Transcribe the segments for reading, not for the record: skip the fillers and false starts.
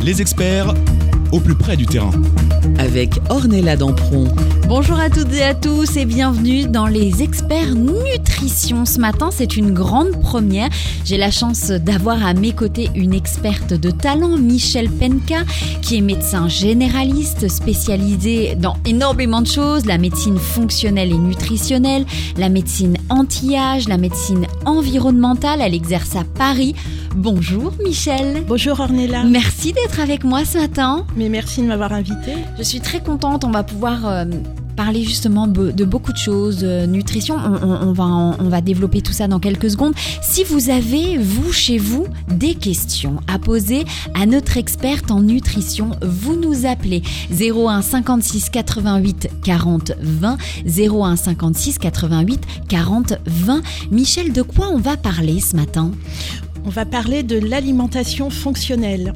Les experts au plus près du terrain. Avec Ornella Dampron. Bonjour à toutes et à tous et bienvenue dans les experts nutrition. Ce matin, c'est une grande première. J'ai la chance d'avoir à mes côtés une experte de talent, Michel Penka, qui est médecin généraliste spécialisé dans énormément de choses, la médecine fonctionnelle et nutritionnelle, la médecine anti-âge, la médecine environnementale. Elle exerce à Paris. Bonjour Michel. Bonjour Ornella. Merci d'être avec moi ce matin. Mais merci de m'avoir invitée. Je suis très contente, on va pouvoir parler justement de beaucoup de choses, nutrition, on va développer tout ça dans quelques secondes. Si vous avez, vous, chez vous, des questions à poser à notre experte en nutrition, vous nous appelez 01 56 88 40 20, 01 56 88 40 20. Michel, de quoi on va parler ce matin ? On va parler de l'alimentation fonctionnelle.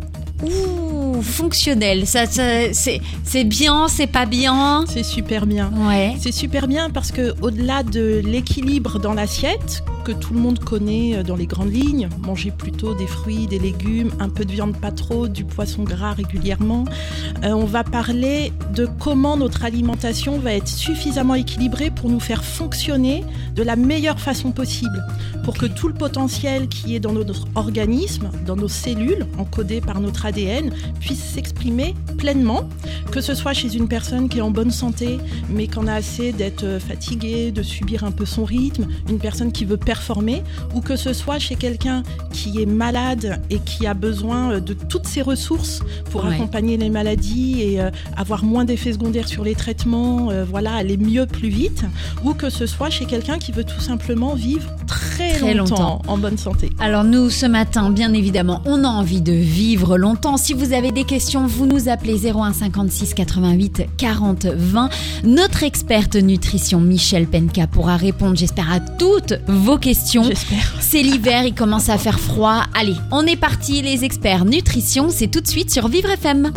Ouh, fonctionnel, ça c'est bien, c'est pas bien. C'est super bien. Ouais. C'est super bien parce que au-delà de l'équilibre dans l'assiette que tout le monde connaît dans les grandes lignes, manger plutôt des fruits, des légumes, un peu de viande pas trop, du poisson gras régulièrement, on va parler de comment notre alimentation va être suffisamment équilibrée pour nous faire fonctionner de la meilleure façon possible, pour que tout le potentiel qui est dans notre organisme, dans nos cellules, encodées par notre ADN, puisse s'exprimer pleinement, que ce soit chez une personne qui est en bonne santé, mais qui en a assez d'être fatiguée, de subir un peu son rythme, une personne qui veut performer, ou que ce soit chez quelqu'un qui est malade et qui a besoin de toutes ses ressources pour accompagner les maladies et avoir moins d'effets secondaires sur les traitements, aller mieux plus vite, ou que ce soit chez quelqu'un qui veut tout simplement vivre très longtemps en bonne santé. Alors nous, ce matin, bien évidemment, on a envie de vivre longtemps. Si vous avez des questions, vous nous appelez 01 56 88 40 20. Notre experte nutrition, Michel Penka, pourra répondre, j'espère, à toutes vos questions. J'espère. C'est l'hiver, il commence à faire froid. Allez, on est parti, les experts nutrition, c'est tout de suite sur Vivre FM.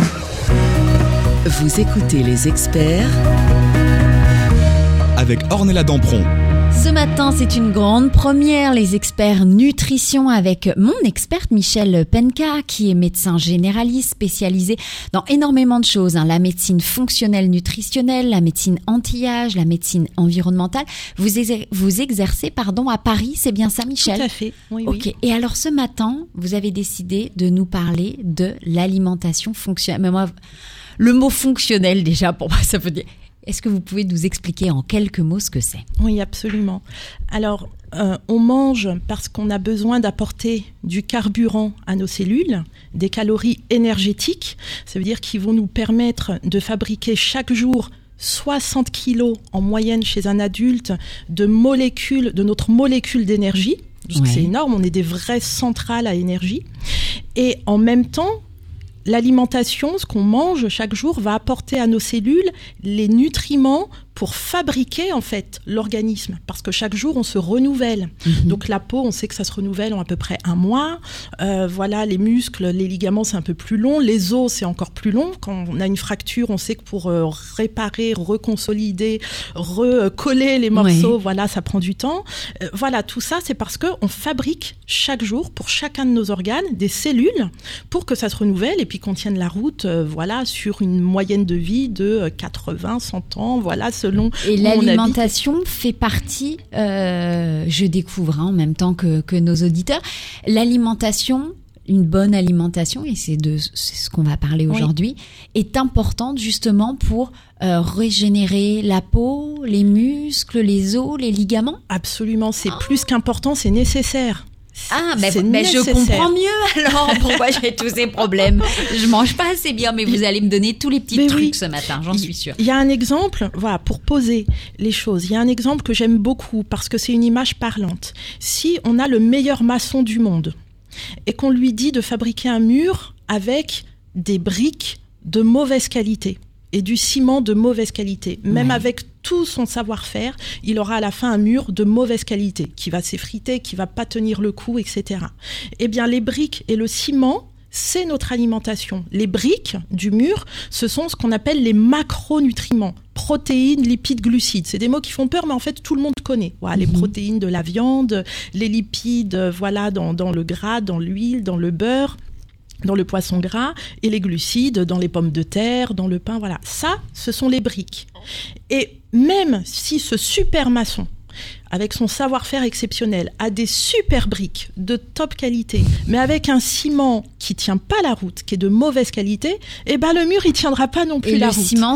Vous écoutez les experts Avec Ornella Dampron. Ce matin, c'est une grande première, les experts nutrition, avec mon experte Michel Penka, qui est médecin généraliste spécialisé dans énormément de choses, la médecine fonctionnelle nutritionnelle, la médecine anti-âge, la médecine environnementale. Vous exercez à Paris, c'est bien ça Michel ? Tout à fait, oui. Ok. Et alors ce matin, vous avez décidé de nous parler de l'alimentation fonctionnelle. Mais moi, le mot fonctionnel déjà, pour moi, ça veut dire... Est-ce que vous pouvez nous expliquer en quelques mots ce que c'est ? Oui, absolument. Alors, on mange parce qu'on a besoin d'apporter du carburant à nos cellules, des calories énergétiques. Ça veut dire qu'ils vont nous permettre de fabriquer chaque jour 60 kilos en moyenne chez un adulte de notre molécule d'énergie. Donc c'est énorme, on est des vraies centrales à énergie. Et en même temps, l'alimentation, ce qu'on mange chaque jour, va apporter à nos cellules les nutriments pour fabriquer en fait l'organisme, parce que chaque jour on se renouvelle. Donc la peau, on sait que ça se renouvelle en à peu près un mois. Les muscles, les ligaments, c'est un peu plus long. Les os, c'est encore plus long. Quand on a une fracture, on sait que pour réparer, reconsolider, recoller les morceaux, ça prend du temps. Tout ça, c'est parce que on fabrique chaque jour pour chacun de nos organes des cellules pour que ça se renouvelle et puis qu'on tienne la route, sur une moyenne de vie de 80, 100 ans, selon et l'alimentation fait partie, je découvre en même temps que nos auditeurs, l'alimentation, une bonne alimentation, et c'est ce qu'on va parler aujourd'hui, est importante justement pour régénérer la peau, les muscles, les os, les ligaments. Absolument, c'est plus qu'important, c'est nécessaire. Je comprends mieux alors pourquoi j'ai tous ces problèmes. Je mange pas assez bien, mais vous allez me donner tous les petits trucs ce matin, j'en suis sûre. Il y a un exemple, pour poser les choses, il y a un exemple que j'aime beaucoup parce que c'est une image parlante. Si on a le meilleur maçon du monde et qu'on lui dit de fabriquer un mur avec des briques de mauvaise qualité et du ciment de mauvaise qualité, même avec tout son savoir-faire, il aura à la fin un mur de mauvaise qualité, qui va s'effriter, qui va pas tenir le coup, etc. Eh bien, les briques et le ciment, c'est notre alimentation. Les briques du mur, ce sont ce qu'on appelle les macronutriments. Protéines, lipides, glucides. C'est des mots qui font peur, mais en fait, tout le monde connaît. Voilà, les protéines de la viande, les lipides, voilà, dans le gras, dans l'huile, dans le beurre. dans le poisson gras, et les glucides dans les pommes de terre, dans le pain, voilà. Ça, ce sont les briques. Et même si ce super maçon, avec son savoir-faire exceptionnel, a des super briques de top qualité, mais avec un ciment qui tient pas la route, qui est de mauvaise qualité, eh ben le mur il tiendra pas non plus la route. Et le ciment,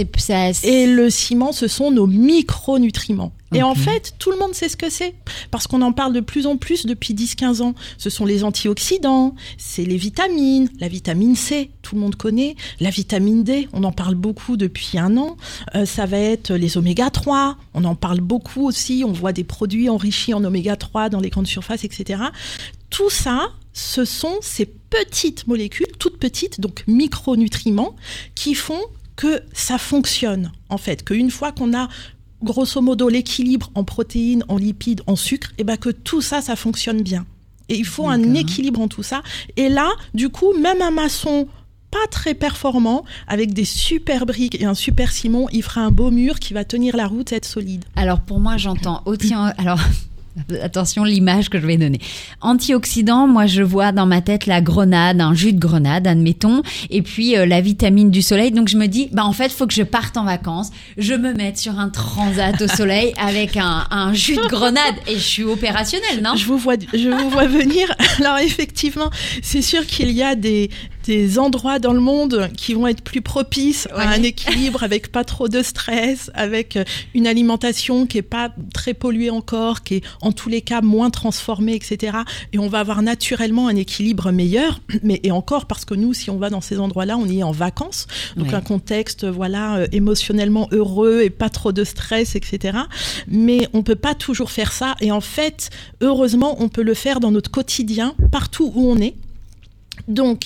Et le ciment, ce sont nos micronutriments. Et en fait, tout le monde sait ce que c'est, parce qu'on en parle de plus en plus depuis 10-15 ans. Ce sont les antioxydants, c'est les vitamines, la vitamine C, tout le monde connaît, la vitamine D, on en parle beaucoup depuis 1 an. Ça va être les oméga 3, on en parle beaucoup aussi, on voit des produits enrichis en oméga 3 dans les grandes surfaces, etc. Tout ça, ce sont ces petites molécules, toutes petites, donc micronutriments, qui font que ça fonctionne, en fait, qu'une fois qu'on a grosso modo l'équilibre en protéines, en lipides, en sucre, et ben que tout ça, ça fonctionne bien. Et il faut un équilibre en tout ça. Et là, du coup, même un maçon pas très performant, avec des super briques et un super ciment, il fera un beau mur qui va tenir la route et être solide. Alors pour moi, j'entends alors attention l'image que je vais donner. Antioxydants, moi je vois dans ma tête la grenade, un jus de grenade, admettons, et puis la vitamine du soleil. Donc je me dis, en fait, faut que je parte en vacances, je me mette sur un transat au soleil avec un jus de grenade et je suis opérationnelle, non ? Je vous vois venir. Alors effectivement, c'est sûr qu'il y a des endroits dans le monde qui vont être plus propices à un équilibre avec pas trop de stress, avec une alimentation qui est pas très polluée encore, qui est en tous les cas moins transformée, etc. Et on va avoir naturellement un équilibre meilleur. Et encore, parce que nous, si on va dans ces endroits-là, on y est en vacances. Donc un contexte, émotionnellement heureux et pas trop de stress, etc. Mais on peut pas toujours faire ça. Et en fait, heureusement, on peut le faire dans notre quotidien, partout où on est. Donc,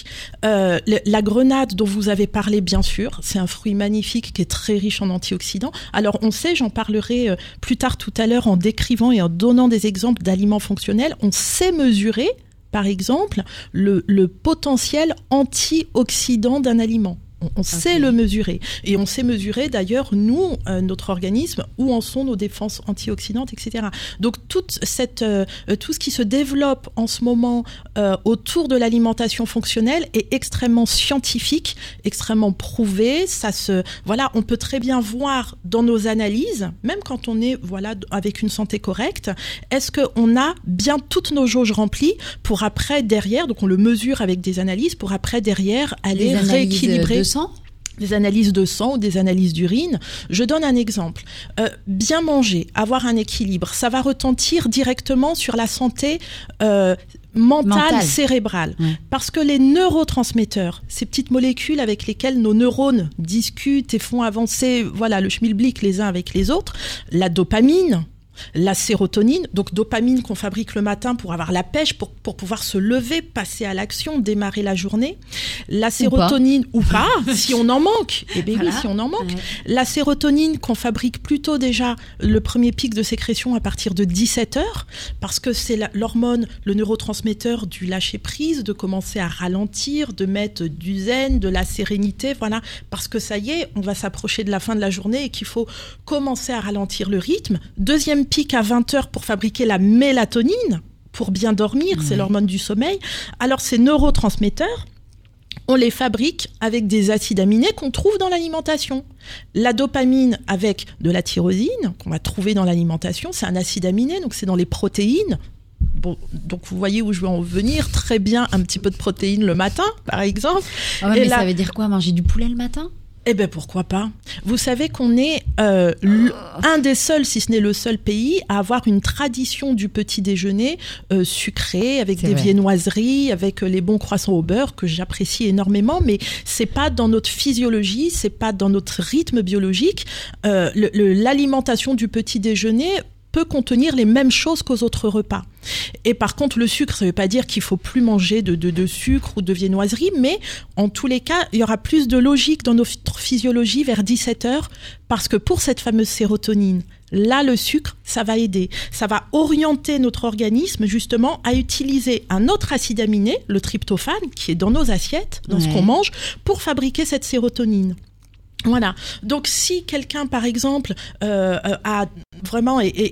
la grenade dont vous avez parlé, bien sûr, c'est un fruit magnifique qui est très riche en antioxydants. Alors, on sait, j'en parlerai plus tard tout à l'heure en décrivant et en donnant des exemples d'aliments fonctionnels, on sait mesurer, par exemple, le potentiel antioxydant d'un aliment. On sait le mesurer. Et on sait mesurer, d'ailleurs, nous, notre organisme, où en sont nos défenses antioxydantes, etc. Donc, tout ce qui se développe en ce moment autour de l'alimentation fonctionnelle est extrêmement scientifique, extrêmement prouvé. On peut très bien voir dans nos analyses, même quand on est, avec une santé correcte, est-ce qu'on a bien toutes nos jauges remplies pour après, derrière, donc on le mesure avec des analyses, pour après, derrière, aller rééquilibrer. Des analyses de sang ou des analyses d'urine. Je donne un exemple. Bien manger, avoir un équilibre, ça va retentir directement sur la santé mentale, cérébrale. Parce que les neurotransmetteurs, ces petites molécules avec lesquelles nos neurones discutent et font avancer le schmilblick les uns avec les autres, la dopamine, la sérotonine, donc dopamine qu'on fabrique le matin pour avoir la pêche, pour pouvoir se lever, passer à l'action, démarrer la journée. La sérotonine ou pas si on en manque. Eh bien oui, si on en manque. Ouais. La sérotonine qu'on fabrique plutôt déjà le premier pic de sécrétion à partir de 17 heures, parce que c'est l'hormone, le neurotransmetteur du lâcher prise, de commencer à ralentir, de mettre du zen, de la sérénité, parce que ça y est, on va s'approcher de la fin de la journée et qu'il faut commencer à ralentir le rythme. Deuxième pic à 20 heures pour fabriquer la mélatonine, pour bien dormir, c'est l'hormone du sommeil. Alors ces neurotransmetteurs, on les fabrique avec des acides aminés qu'on trouve dans l'alimentation. La dopamine avec de la tyrosine, qu'on va trouver dans l'alimentation, c'est un acide aminé, donc c'est dans les protéines. Bon, donc vous voyez où je veux en venir, très bien un petit peu de protéines le matin, par exemple. Mais ça veut dire quoi, manger du poulet le matin ? Eh bien, pourquoi pas ? Vous savez qu'on est un des seuls, si ce n'est le seul pays, à avoir une tradition du petit déjeuner sucré, avec des viennoiseries, avec les bons croissants au beurre, que j'apprécie énormément, mais c'est pas dans notre physiologie, c'est pas dans notre rythme biologique. L'alimentation du petit déjeuner peut contenir les mêmes choses qu'aux autres repas. Et par contre, le sucre, ça ne veut pas dire qu'il faut plus manger de sucre ou de viennoiserie, mais en tous les cas, il y aura plus de logique dans notre physiologie vers 17 heures, parce que pour cette fameuse sérotonine, là, le sucre, ça va aider. Ça va orienter notre organisme, justement, à utiliser un autre acide aminé, le tryptophane, qui est dans nos assiettes, dans ce qu'on mange, pour fabriquer cette sérotonine. Voilà. Donc, si quelqu'un, par exemple, a vraiment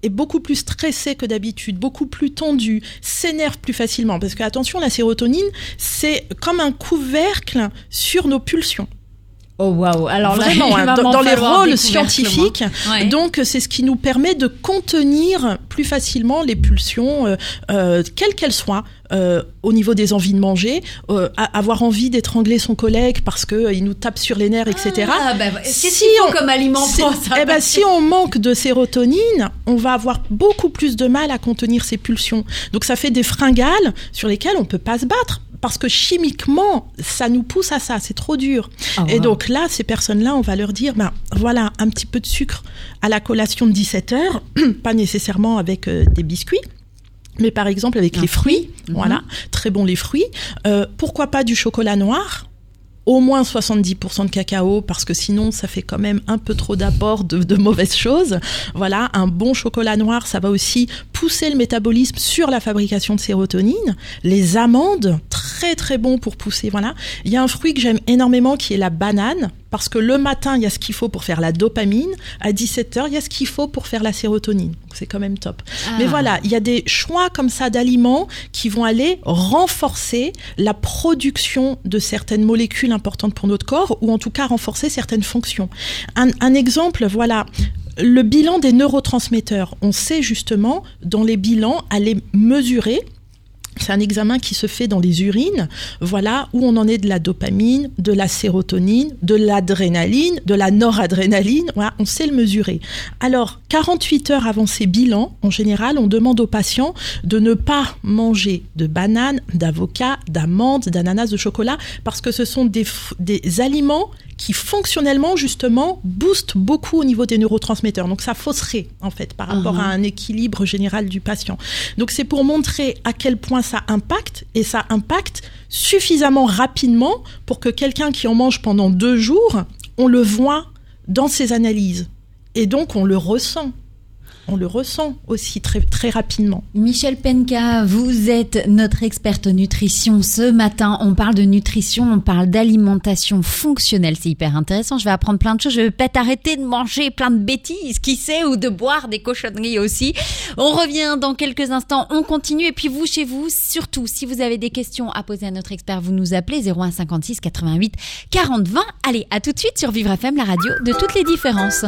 est beaucoup plus stressé que d'habitude, beaucoup plus tendu, s'énerve plus facilement. Parce que, attention, la sérotonine, c'est comme un couvercle sur nos pulsions. Oh waouh! Alors vraiment, là, dans les rôles scientifiques, ouais. Donc c'est ce qui nous permet de contenir plus facilement les pulsions, quelles qu'elles soient, au niveau des envies de manger, avoir envie d'étrangler son collègue parce que il nous tape sur les nerfs, etc. Qu'est-ce qu'il faut comme aliment pour ça? Si on manque de sérotonine, on va avoir beaucoup plus de mal à contenir ces pulsions. Donc ça fait des fringales sur lesquelles on peut pas se battre. Parce que chimiquement, ça nous pousse à ça, c'est trop dur. Et donc là, ces personnes-là, on va leur dire, voilà, un petit peu de sucre à la collation de 17h, pas nécessairement avec des biscuits, mais par exemple avec les fruits, voilà, très bon les fruits. Pourquoi pas du chocolat noir ? Au moins 70% de cacao, parce que sinon, ça fait quand même un peu trop d'apport de mauvaises choses. Voilà, un bon chocolat noir, ça va aussi pousser le métabolisme sur la fabrication de sérotonine. Les amandes, très très bon pour pousser, voilà. Il y a un fruit que j'aime énormément qui est la banane, parce que le matin, il y a ce qu'il faut pour faire la dopamine. À 17h, il y a ce qu'il faut pour faire la sérotonine. Donc, c'est quand même top. Mais voilà, il y a des choix comme ça d'aliments qui vont aller renforcer la production de certaines molécules importantes pour notre corps, ou en tout cas renforcer certaines fonctions. Un exemple, voilà, le bilan des neurotransmetteurs. On sait justement, dans les bilans, aller mesurer. C'est un examen qui se fait dans les urines, voilà, où on en est de la dopamine, de la sérotonine, de l'adrénaline, de la noradrénaline, voilà, on sait le mesurer. Alors, 48 heures avant ces bilans, en général, on demande aux patients de ne pas manger de bananes, d'avocats, d'amandes, d'ananas, de chocolat, parce que ce sont des aliments qui fonctionnellement justement boostent beaucoup au niveau des neurotransmetteurs. Donc ça fausserait en fait par rapport à un équilibre général du patient. Donc c'est pour montrer à quel point ça impacte, et ça impacte suffisamment rapidement pour que quelqu'un qui en mange pendant 2 jours, on le voit dans ses analyses. Et donc on le ressent. On le ressent aussi très, très rapidement. Michel Penka, vous êtes notre experte nutrition. Ce matin, on parle de nutrition, on parle d'alimentation fonctionnelle. C'est hyper intéressant. Je vais apprendre plein de choses. Je vais peut-être arrêter de manger plein de bêtises, qui sait, ou de boire des cochonneries aussi. On revient dans quelques instants. On continue. Et puis vous, chez vous, surtout, si vous avez des questions à poser à notre expert, vous nous appelez 01 56 88 40 20. Allez, à tout de suite sur Vivre FM, la radio de toutes les différences.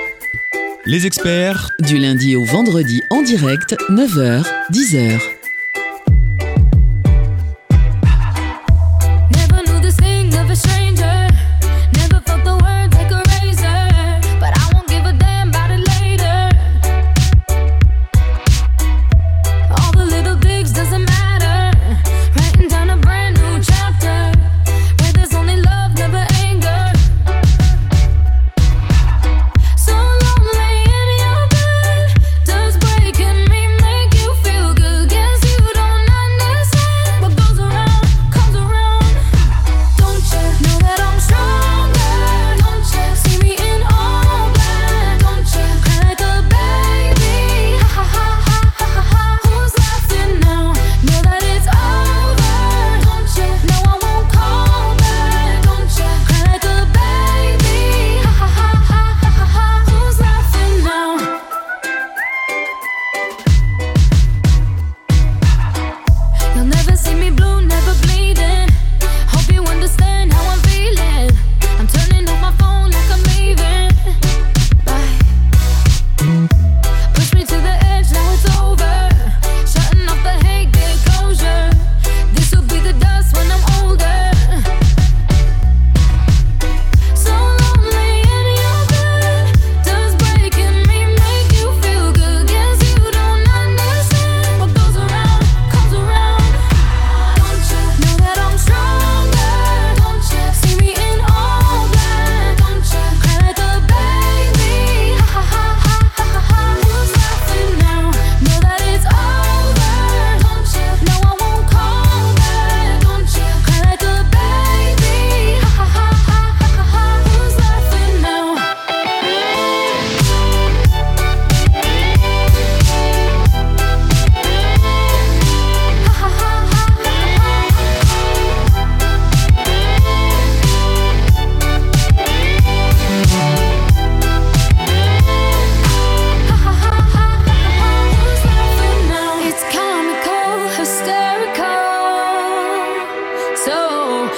Les experts, du lundi au vendredi en direct, 9h, 10h. Does breaking me make you feel good? Guess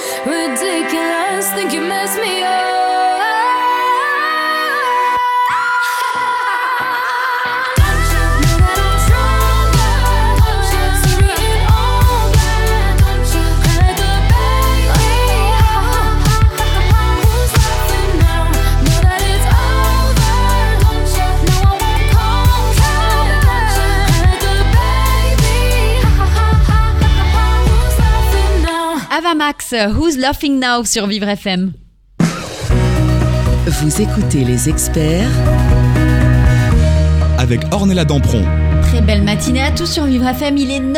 ridiculous. Think you messed me up. Ava Max, Who's Laughing Now sur Vivre FM. Vous écoutez Les Experts avec Ornella Dampron. Très belle matinée à tous sur Vivre FM, il est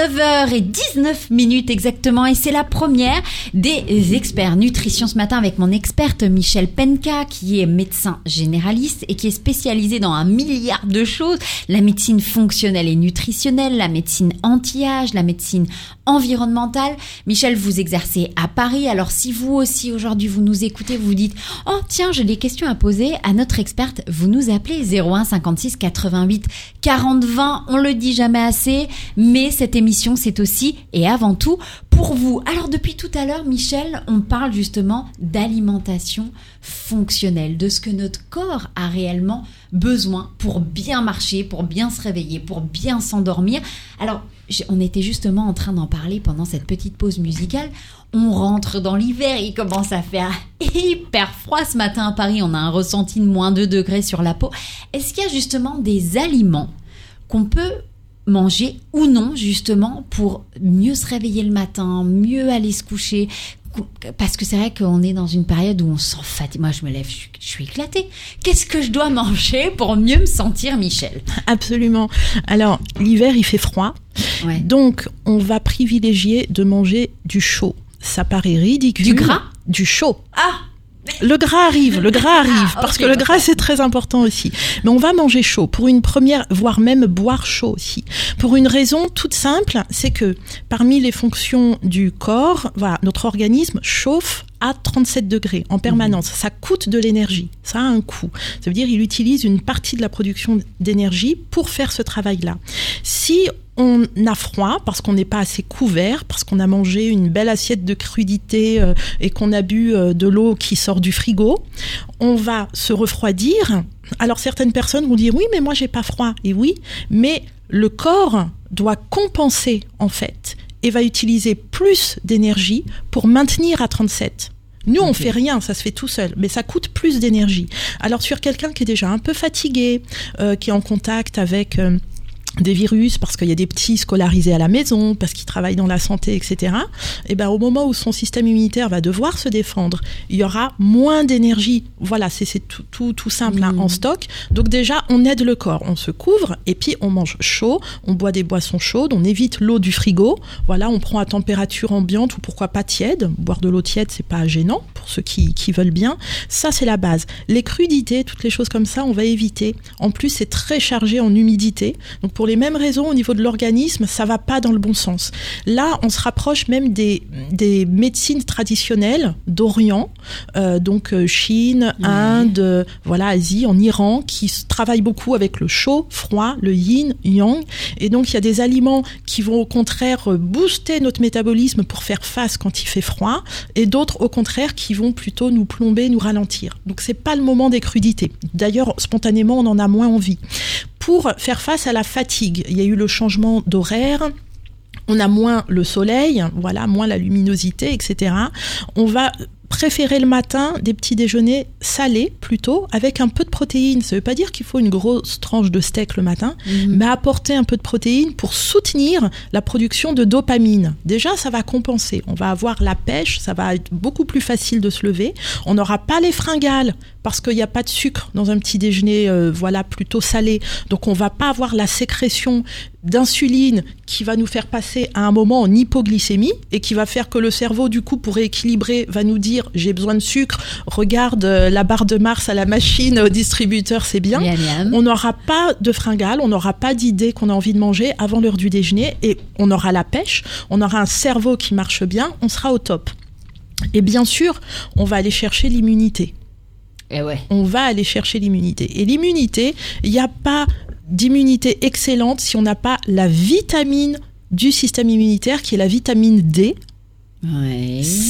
9h19 exactement et c'est la première des experts nutrition ce matin avec mon experte Michel Penka qui est médecin généraliste et qui est spécialisée dans 1 milliard de choses, la médecine fonctionnelle et nutritionnelle, la médecine anti-âge, la médecine environnementale. Michel, vous exercez à Paris, alors si vous aussi aujourd'hui vous nous écoutez, vous vous dites « Oh tiens, j'ai des questions à poser à notre experte », vous nous appelez 01 56 88 40 20, on le dit jamais assez, mais cette émission c'est aussi et avant tout pour vous. Alors depuis tout à l'heure, Michel, on parle justement d'alimentation fonctionnelle, de ce que notre corps a réellement besoin pour bien marcher, pour bien se réveiller, pour bien s'endormir. Alors, on était justement en train d'en parler pendant cette petite pause musicale. On rentre dans l'hiver, il commence à faire hyper froid ce matin à Paris. On a un ressenti de moins 2 degrés sur la peau. Est-ce qu'il y a justement des aliments qu'on peut manger ou non justement pour mieux se réveiller le matin, mieux aller se coucher? Parce que c'est vrai qu'on est dans une période où on se sent fatigué. Moi, je me lève, je suis éclatée. Qu'est-ce que je dois manger pour mieux me sentir, Michel? Absolument. Alors, l'hiver, il fait froid. Ouais. Donc, on va privilégier de manger du chaud. Ça paraît ridicule. Du gras? Du chaud. Ah! Le gras arrive, parce que le gras c'est très important aussi. Mais on va manger chaud pour une première, voire même boire chaud aussi. Pour une raison toute simple, c'est que parmi les fonctions du corps, voilà, notre organisme chauffe à 37 degrés en permanence. Ça coûte de l'énergie, ça a un coût. Ça veut dire qu'il utilise une partie de la production d'énergie pour faire ce travail-là. Si on a froid parce qu'on n'est pas assez couvert, parce qu'on a mangé une belle assiette de crudité et qu'on a bu de l'eau qui sort du frigo, on va se refroidir. Alors certaines personnes vont dire oui, mais moi j'ai pas froid. Et oui, mais le corps doit compenser en fait et va utiliser plus d'énergie pour maintenir à 37. Nous, on fait rien, ça se fait tout seul, mais ça coûte plus d'énergie. Alors sur quelqu'un qui est déjà un peu fatigué, qui est en contact avec des virus, parce qu'il y a des petits scolarisés à la maison, parce qu'ils travaillent dans la santé, etc. Et ben, au moment où son système immunitaire va devoir se défendre, il y aura moins d'énergie. Voilà, c'est tout simple en stock. Donc déjà, on aide le corps, on se couvre, et puis on mange chaud, on boit des boissons chaudes, on évite l'eau du frigo. Voilà, on prend à température ambiante ou pourquoi pas tiède. Boire de l'eau tiède, c'est pas gênant pour ceux qui veulent bien. Ça, c'est la base. Les crudités, toutes les choses comme ça, on va éviter. En plus, c'est très chargé en humidité. Donc pour les mêmes raisons, au niveau de l'organisme, ça va pas dans le bon sens. Là, on se rapproche même des médecines traditionnelles d'Orient, donc Chine, Inde, voilà, Asie, en Iran, qui travaillent beaucoup avec le chaud, froid, le yin, yang. Et donc, il y a des aliments qui vont au contraire booster notre métabolisme pour faire face quand il fait froid, et d'autres au contraire qui vont plutôt nous plomber, nous ralentir. Donc, c'est pas le moment des crudités. D'ailleurs, spontanément, on en a moins envie. Pour faire face à la fatigue, il y a eu le changement d'horaire, on a moins le soleil, voilà, moins la luminosité, etc. On va préférer le matin des petits déjeuners salés plutôt, avec un peu de protéines. Ça ne veut pas dire qu'il faut une grosse tranche de steak le matin, mais apporter un peu de protéines pour soutenir la production de dopamine. Déjà, ça va compenser. On va avoir la pêche, ça va être beaucoup plus facile de se lever. On n'aura pas les fringales parce qu'il n'y a pas de sucre dans un petit déjeuner voilà, plutôt salé. Donc, on ne va pas avoir la sécrétion d'insuline qui va nous faire passer à un moment en hypoglycémie et qui va faire que le cerveau, du coup, pour rééquilibrer, va nous dire « j'ai besoin de sucre, regarde la barre de Mars à la machine, au distributeur, c'est bien ». On n'aura pas de fringales, on n'aura pas d'idée qu'on a envie de manger avant l'heure du déjeuner et on aura la pêche, on aura un cerveau qui marche bien, on sera au top. Et bien sûr, on va aller chercher l'immunité. Et ouais. On va aller chercher l'immunité. Et l'immunité, il n'y a pas d'immunité excellente si on n'a pas la vitamine du système immunitaire qui est la vitamine D. Ouais. C'est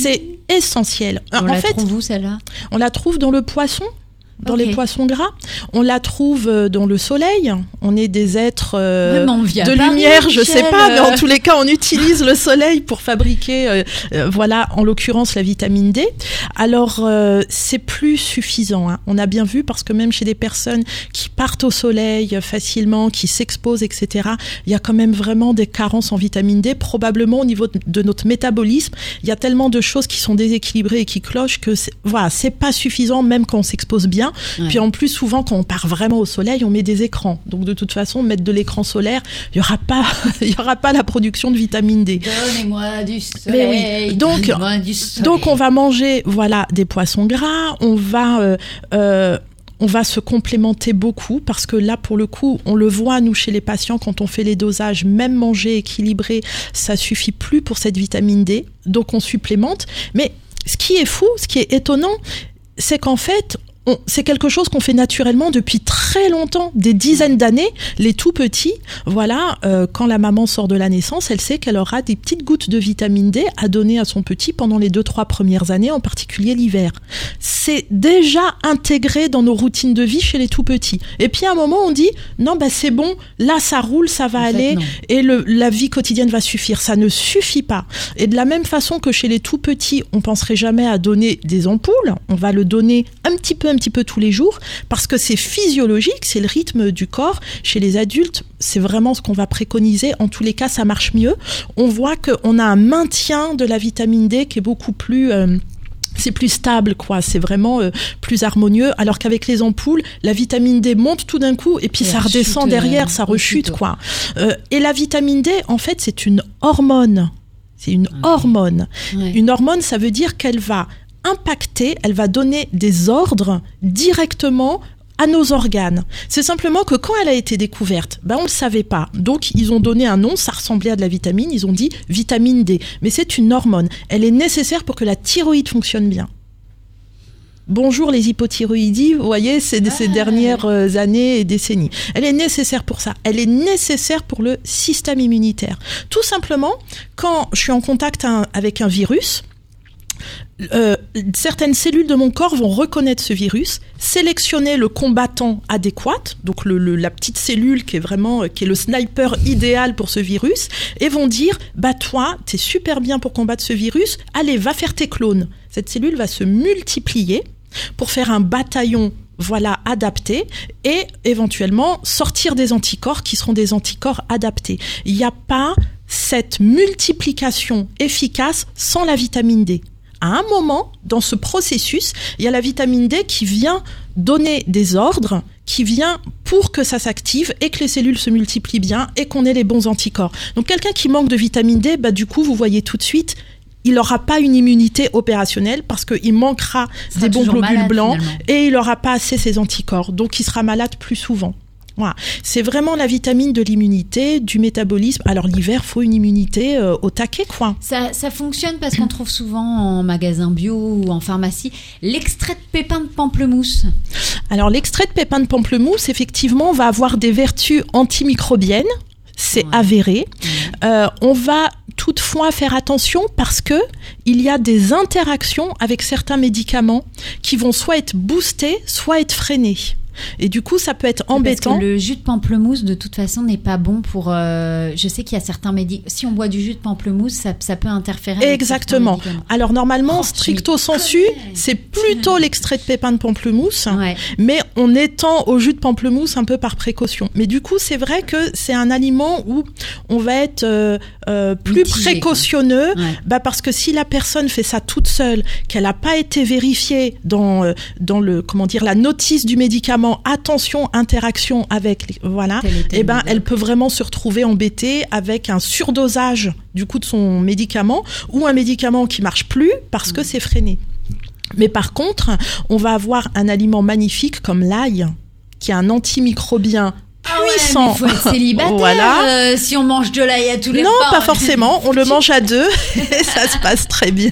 essentielle. On la trouve où, celle-là ? On la trouve dans le poisson. Dans Okay. les poissons gras, on la trouve dans le soleil. On est des êtres de Paris, lumière, je sais Michel. pas, mais en tous les cas, on utilise le soleil pour fabriquer, voilà, en l'occurrence la vitamine D. Alors, c'est plus suffisant. Hein. On a bien vu parce que même chez des personnes qui partent au soleil facilement, qui s'exposent, etc., il y a quand même vraiment des carences en vitamine D. Probablement au niveau de notre métabolisme, il y a tellement de choses qui sont déséquilibrées et qui clochent que voilà, c'est pas suffisant même quand on s'expose bien. Ouais. Puis en plus, souvent, quand on part vraiment au soleil, on met des écrans. Donc de toute façon, mettre de l'écran solaire, il y aura pas la production de vitamine D. Donnez-moi du soleil. Mais oui. Donnez-moi du soleil. Donc on va manger, voilà, des poissons gras. On va se complémenter beaucoup parce que là, pour le coup, on le voit, nous, chez les patients, quand on fait les dosages, même manger équilibré, ça suffit plus pour cette vitamine D. Donc on supplémente. Mais ce qui est fou, ce qui est étonnant, c'est qu'en fait, c'est quelque chose qu'on fait naturellement depuis très longtemps, des dizaines d'années. Les tout petits, voilà, quand la maman sort de la naissance, elle sait qu'elle aura des petites gouttes de vitamine D à donner à son petit pendant les 2-3 premières années, en particulier l'hiver. C'est déjà intégré dans nos routines de vie chez les tout petits. Et puis à un moment, on dit non, bah c'est bon, là ça roule, ça va aller, et la vie quotidienne va suffire. Ça ne suffit pas. Et de la même façon que chez les tout petits, on penserait jamais à donner des ampoules. On va le donner un petit peu tous les jours, parce que c'est physiologique, c'est le rythme du corps. Chez les adultes, c'est vraiment ce qu'on va préconiser. En tous les cas, ça marche mieux. On voit qu'on a un maintien de la vitamine D qui est beaucoup plus... c'est plus stable, quoi. C'est vraiment plus harmonieux. Alors qu'avec les ampoules, la vitamine D monte tout d'un coup et puis ça redescend derrière, ça rechute, quoi. Et la vitamine D, en fait, c'est une hormone. C'est une hormone. Ouais. Une hormone, ça veut dire qu'elle va impacter, elle va donner des ordres directement à nos organes. C'est simplement que quand elle a été découverte, on le savait pas. Donc ils ont donné un nom, ça ressemblait à de la vitamine, ils ont dit vitamine D. Mais c'est une hormone. Elle est nécessaire pour que la thyroïde fonctionne bien. Bonjour les hypothyroïdies, vous voyez, ces dernières années et décennies. Elle est nécessaire pour ça. Elle est nécessaire pour le système immunitaire. Tout simplement, quand je suis en contact avec un virus, certaines cellules de mon corps vont reconnaître ce virus, sélectionner le combattant adéquat, donc la petite cellule qui est le sniper idéal pour ce virus, et vont dire toi t'es super bien pour combattre ce virus, allez va faire tes clones. Cette cellule va se multiplier pour faire un bataillon adapté et éventuellement sortir des anticorps qui seront des anticorps adaptés. Il n'y a pas cette multiplication efficace sans la vitamine D. À un moment, dans ce processus, il y a la vitamine D qui vient donner des ordres, qui vient pour que ça s'active et que les cellules se multiplient bien et qu'on ait les bons anticorps. Donc quelqu'un qui manque de vitamine D, du coup, vous voyez tout de suite, il n'aura pas une immunité opérationnelle parce qu'il manquera des bons globules blancs et il n'aura pas assez ses anticorps. Donc il sera malade plus souvent. Voilà. C'est vraiment la vitamine de l'immunité, du métabolisme. Alors l'hiver, faut une immunité au taquet, quoi. Ça fonctionne parce qu'on trouve souvent en magasin bio ou en pharmacie l'extrait de pépins de pamplemousse. Alors l'extrait de pépins de pamplemousse, effectivement, va avoir des vertus antimicrobiennes. C'est avéré. On va toutefois faire attention parce que il y a des interactions avec certains médicaments qui vont soit être boostés, soit être freinés. Et du coup, ça peut être embêtant. Parce que le jus de pamplemousse, de toute façon, n'est pas bon pour... je sais qu'il y a certains médicaments... Si on boit du jus de pamplemousse, ça peut interférer avec certains médicaments. Alors, normalement, stricto sensu, c'est plutôt l'extrait de pépins de pamplemousse, mais on étend au jus de pamplemousse un peu par précaution. Mais du coup, c'est vrai que c'est un aliment où on va être plus précautionneux, parce que si la personne fait ça toute seule, qu'elle n'a pas été vérifiée dans la notice du médicament, attention, interaction avec, elle peut vraiment se retrouver embêtée avec un surdosage du coup de son médicament ou un médicament qui marche plus parce que c'est freiné. Mais par contre, on va avoir un aliment magnifique comme l'ail, qui est un antimicrobien puissant. Il faut être célibataire Voilà. si on mange de l'ail à tous les Non, repas. pas forcément. On le mange à deux et ça se passe très bien.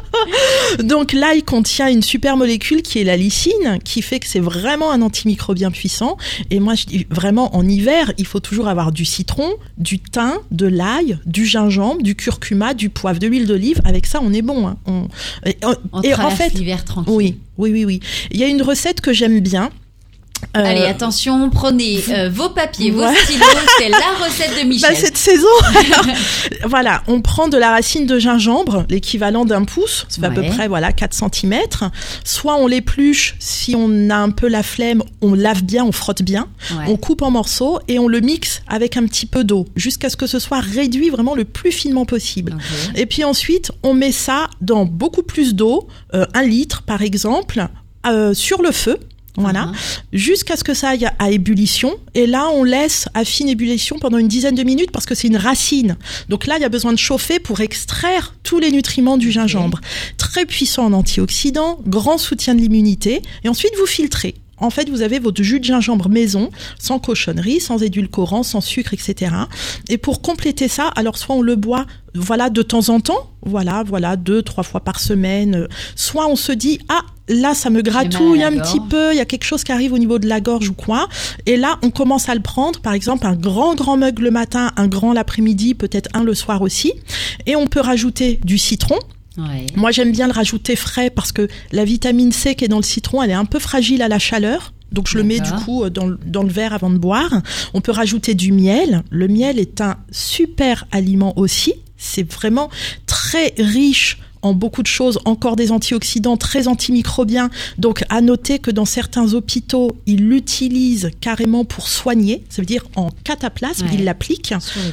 Donc l'ail contient une super molécule qui est la lysine, qui fait que c'est vraiment un antimicrobien puissant. Et moi, je dis vraiment, en hiver, il faut toujours avoir du citron, du thym, de l'ail, du gingembre, du curcuma, du poivre, de l'huile d'olive. Avec ça, on est bon. Hein. On et en traverse fait, l'hiver tranquille. Oui. Il y a une recette que j'aime bien. Allez, attention, prenez vos papiers, vos stylos, c'est la recette de Michel. Cette saison, voilà, on prend de la racine de gingembre, l'équivalent d'un pouce, ça fait à peu près 4 cm. Soit on l'épluche, si on a un peu la flemme, on lave bien, on frotte bien, on coupe en morceaux et on le mixe avec un petit peu d'eau, jusqu'à ce que ce soit réduit vraiment le plus finement possible. Okay. Et puis ensuite, on met ça dans beaucoup plus d'eau, 1 litre par exemple, sur le feu. Voilà, jusqu'à ce que ça aille à ébullition. Et là, on laisse à fine ébullition pendant une dizaine de minutes parce que c'est une racine. Donc là, il y a besoin de chauffer pour extraire tous les nutriments du gingembre. Très puissant en antioxydants, grand soutien de l'immunité. Et ensuite, vous filtrez. En fait, vous avez votre jus de gingembre maison, sans cochonnerie, sans édulcorant, sans sucre, etc. Et pour compléter ça, alors soit on le boit, de temps en temps, 2-3 fois par semaine. Soit on se dit, là, ça me gratouille un petit peu, il y a quelque chose qui arrive au niveau de la gorge ou quoi. Et là, on commence à le prendre, par exemple, un grand mug le matin, un grand l'après-midi, peut-être un le soir aussi. Et on peut rajouter du citron. Ouais. Moi, j'aime bien le rajouter frais parce que la vitamine C qui est dans le citron, elle est un peu fragile à la chaleur. Donc, je le mets du coup dans le verre avant de boire. On peut rajouter du miel. Le miel est un super aliment aussi. C'est vraiment très riche en beaucoup de choses, encore des antioxydants, très antimicrobiens. Donc, à noter que dans certains hôpitaux, ils l'utilisent carrément pour soigner. Ça veut dire en cataplasme, ils l'appliquent.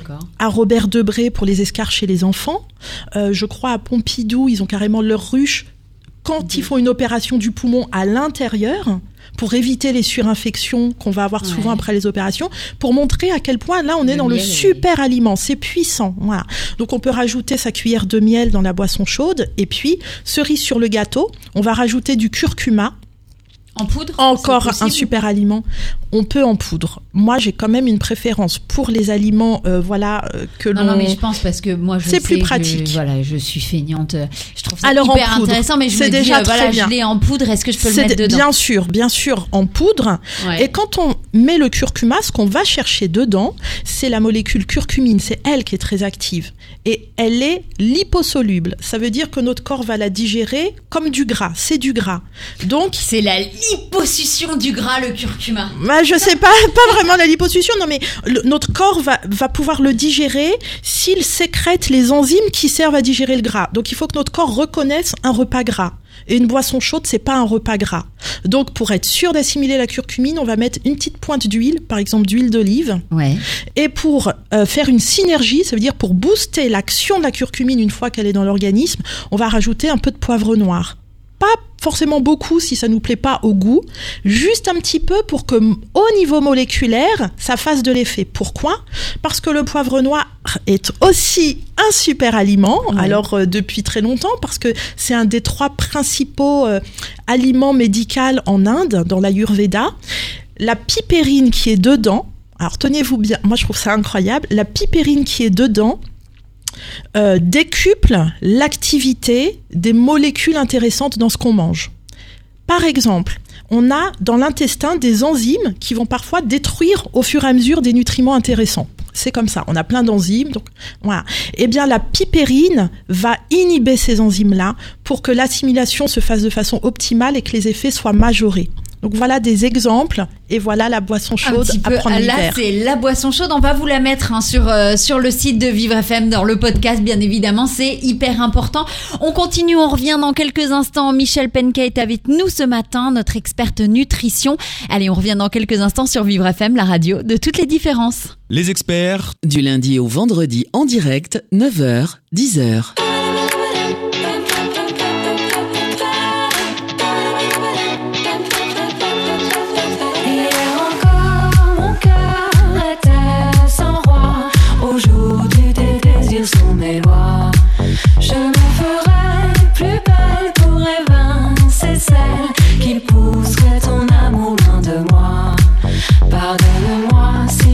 À Robert Debré pour les escarres chez les enfants. Je crois à Pompidou, ils ont carrément leur ruche quand ils font une opération du poumon à l'intérieur, pour éviter les surinfections qu'on va avoir souvent après les opérations, pour montrer à quel point là on est dans le super aliment, c'est puissant. Voilà. Donc on peut rajouter sa cuillère de miel dans la boisson chaude, et puis cerise sur le gâteau, on va rajouter du curcuma. En poudre ? Encore un super aliment. On peut en poudre. Moi, j'ai quand même une préférence pour les aliments, que l'on... Non, mais je pense parce que moi, c'est plus pratique. Je suis feignante. Je trouve ça alors, hyper intéressant, mais je me dis, déjà très bien. Je l'ai en poudre, est-ce que je peux le mettre dedans ? Bien sûr, en poudre. Ouais. Et quand on met le curcuma, ce qu'on va chercher dedans, c'est la molécule curcumine. C'est elle qui est très active. Et elle est liposoluble. Ça veut dire que notre corps va la digérer comme du gras. C'est du gras. Donc, c'est la liposuction du gras, le curcuma. Je sais pas vraiment la liposuction, non mais notre corps va pouvoir le digérer s'il sécrète les enzymes qui servent à digérer le gras. Donc il faut que notre corps reconnaisse un repas gras. Et une boisson chaude, c'est pas un repas gras. Donc pour être sûr d'assimiler la curcumine, on va mettre une petite pointe d'huile, par exemple d'huile d'olive. Ouais. Et pour faire une synergie, ça veut dire pour booster l'action de la curcumine une fois qu'elle est dans l'organisme, on va rajouter un peu de poivre noir. Pas forcément beaucoup si ça nous plaît pas au goût, juste un petit peu pour que au niveau moléculaire ça fasse de l'effet. Pourquoi ? Parce que le poivre noir est aussi un super aliment, alors depuis très longtemps, parce que c'est un des 3 principaux aliments médicaux en Inde, dans l'Ayurveda. La pipérine qui est dedans, alors tenez-vous bien, moi je trouve ça incroyable, la pipérine qui est dedans décuple l'activité des molécules intéressantes dans ce qu'on mange. Par exemple, on a dans l'intestin des enzymes qui vont parfois détruire au fur et à mesure des nutriments intéressants. C'est comme ça, on a plein d'enzymes. Donc, voilà. Eh bien, la pipérine va inhiber ces enzymes-là pour que l'assimilation se fasse de façon optimale et que les effets soient majorés. Donc voilà des exemples, et voilà la boisson chaude à prendre l'hiver. Là, c'est la boisson chaude. On va vous la mettre sur le site de Vivre FM, dans le podcast, bien évidemment. C'est hyper important. On continue, on revient dans quelques instants. Michel Penka est avec nous ce matin, notre experte nutrition. Allez, on revient dans quelques instants sur Vivre FM, la radio de toutes les différences. Les experts. Du lundi au vendredi en direct, 9h, 10h. Sont mes lois. Je me ferai plus belle pour évincer celle qui pousserait ton amour loin de moi. Pardonne-moi si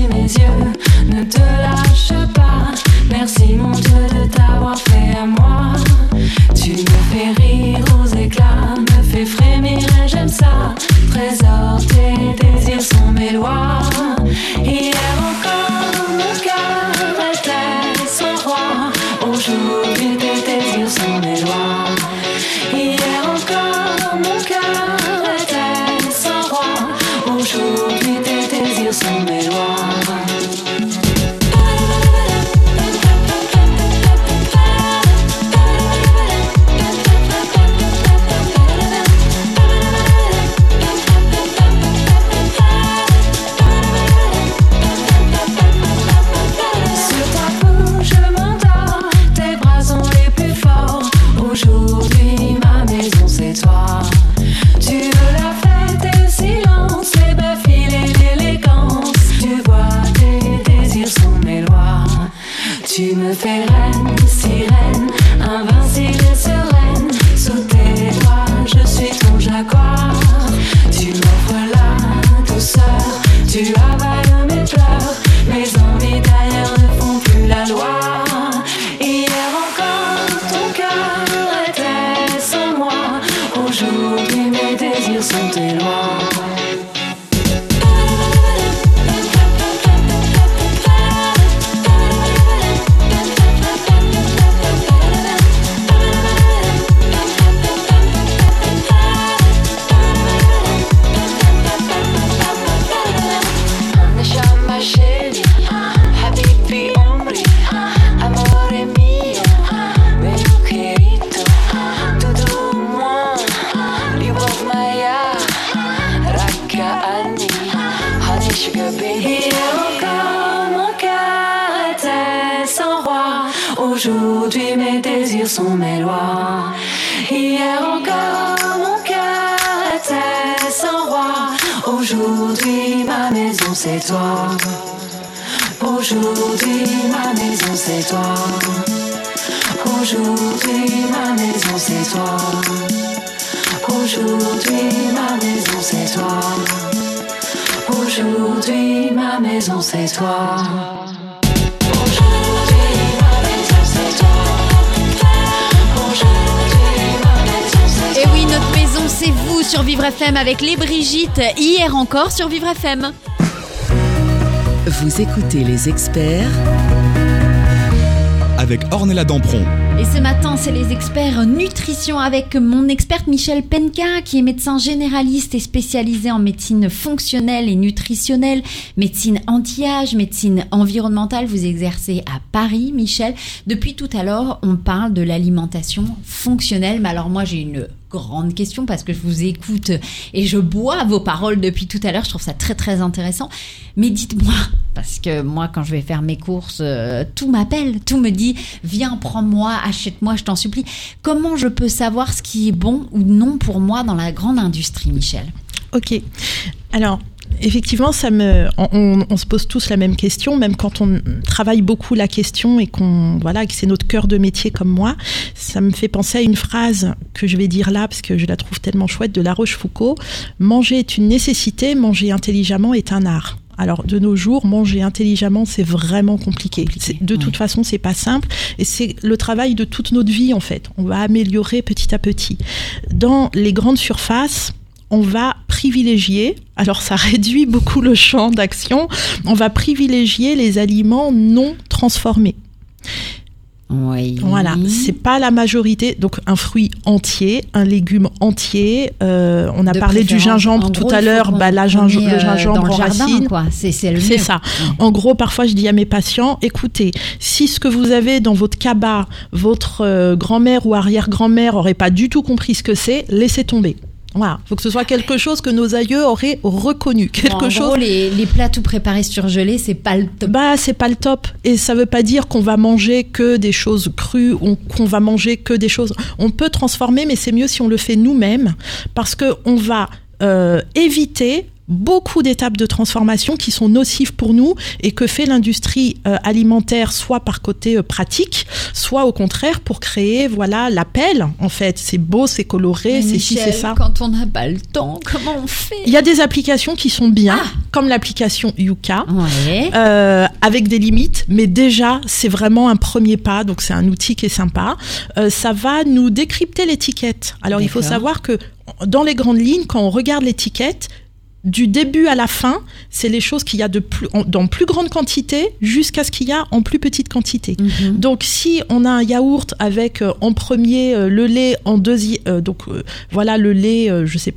Tu avales mes pleurs, mes envies d'ailleurs ne font plus la loi. Hier encore ton cœur était sans moi. Aujourd'hui mes désirs sont tes lois. Aujourd'hui mes désirs sont mes lois. Hier encore mon cœur était sans roi. Aujourd'hui ma maison c'est toi. Aujourd'hui ma maison c'est toi. Aujourd'hui ma maison c'est toi. Aujourd'hui ma maison c'est toi. Aujourd'hui ma maison c'est toi. Et oui, notre maison, c'est vous sur Vivre FM avec les Brigitte. Hier encore sur Vivre FM. Vous écoutez les experts avec Ornella Dampron. Et ce matin, c'est les experts nutrition avec mon experte Michel Penka, qui est médecin généraliste et spécialisé en médecine fonctionnelle et nutritionnelle, médecine anti-âge, médecine environnementale. Vous exercez à Paris, Michel. Depuis tout à l'heure, on parle de l'alimentation fonctionnelle. Mais alors moi, j'ai une grande question parce que je vous écoute et je bois vos paroles depuis tout à l'heure. Je trouve ça très très intéressant. Mais dites-moi, parce que moi quand je vais faire mes courses, tout m'appelle, tout me dit viens, prends-moi, achète-moi, je t'en supplie. Comment je peux savoir ce qui est bon ou non pour moi dans la grande industrie, Michel ? Ok, alors effectivement, on se pose tous la même question, même quand on travaille beaucoup la question et que c'est notre cœur de métier comme moi. Ça me fait penser à une phrase que je vais dire là parce que je la trouve tellement chouette de La Rochefoucauld. Manger est une nécessité, manger intelligemment est un art. Alors, de nos jours, manger intelligemment, c'est vraiment compliqué. De toute façon, c'est pas simple. Et c'est le travail de toute notre vie, en fait. On va améliorer petit à petit. Dans les grandes surfaces, on va privilégier, alors ça réduit beaucoup le champ d'action, on va privilégier les aliments non transformés. Oui. Voilà, c'est pas la majorité. Donc un fruit entier, un légume entier. On a parlé du gingembre tout à l'heure. Le gingembre en racine, quoi. C'est le mieux. C'est ça. En gros, parfois je dis à mes patients, écoutez, si ce que vous avez dans votre cabas, votre grand-mère ou arrière-grand-mère aurait pas du tout compris ce que c'est, laissez tomber. Voilà, faut que ce soit quelque chose que nos aïeux auraient reconnu. En gros, les plats tout préparés surgelés, c'est pas le top. C'est pas le top. Et ça veut pas dire qu'on va manger que des choses crues ou qu'on va manger que des choses. On peut transformer, mais c'est mieux si on le fait nous-mêmes parce que on va éviter beaucoup d'étapes de transformation qui sont nocives pour nous et que fait l'industrie alimentaire, soit par côté pratique, soit au contraire pour créer l'appel. En fait, c'est beau, c'est coloré, c'est ci, c'est ça. Quand on n'a pas le temps, comment on fait ? Il y a des applications qui sont bien, comme l'application Yuka, avec des limites, mais déjà c'est vraiment un premier pas, donc c'est un outil qui est sympa. Ça va nous décrypter l'étiquette. Alors il faut savoir que dans les grandes lignes, quand on regarde l'étiquette, du début à la fin, c'est les choses qu'il y a dans plus grande quantité jusqu'à ce qu'il y a en plus petite quantité. Mm-hmm. Donc, si on a un yaourt avec en premier le lait, en deuxième, le lait,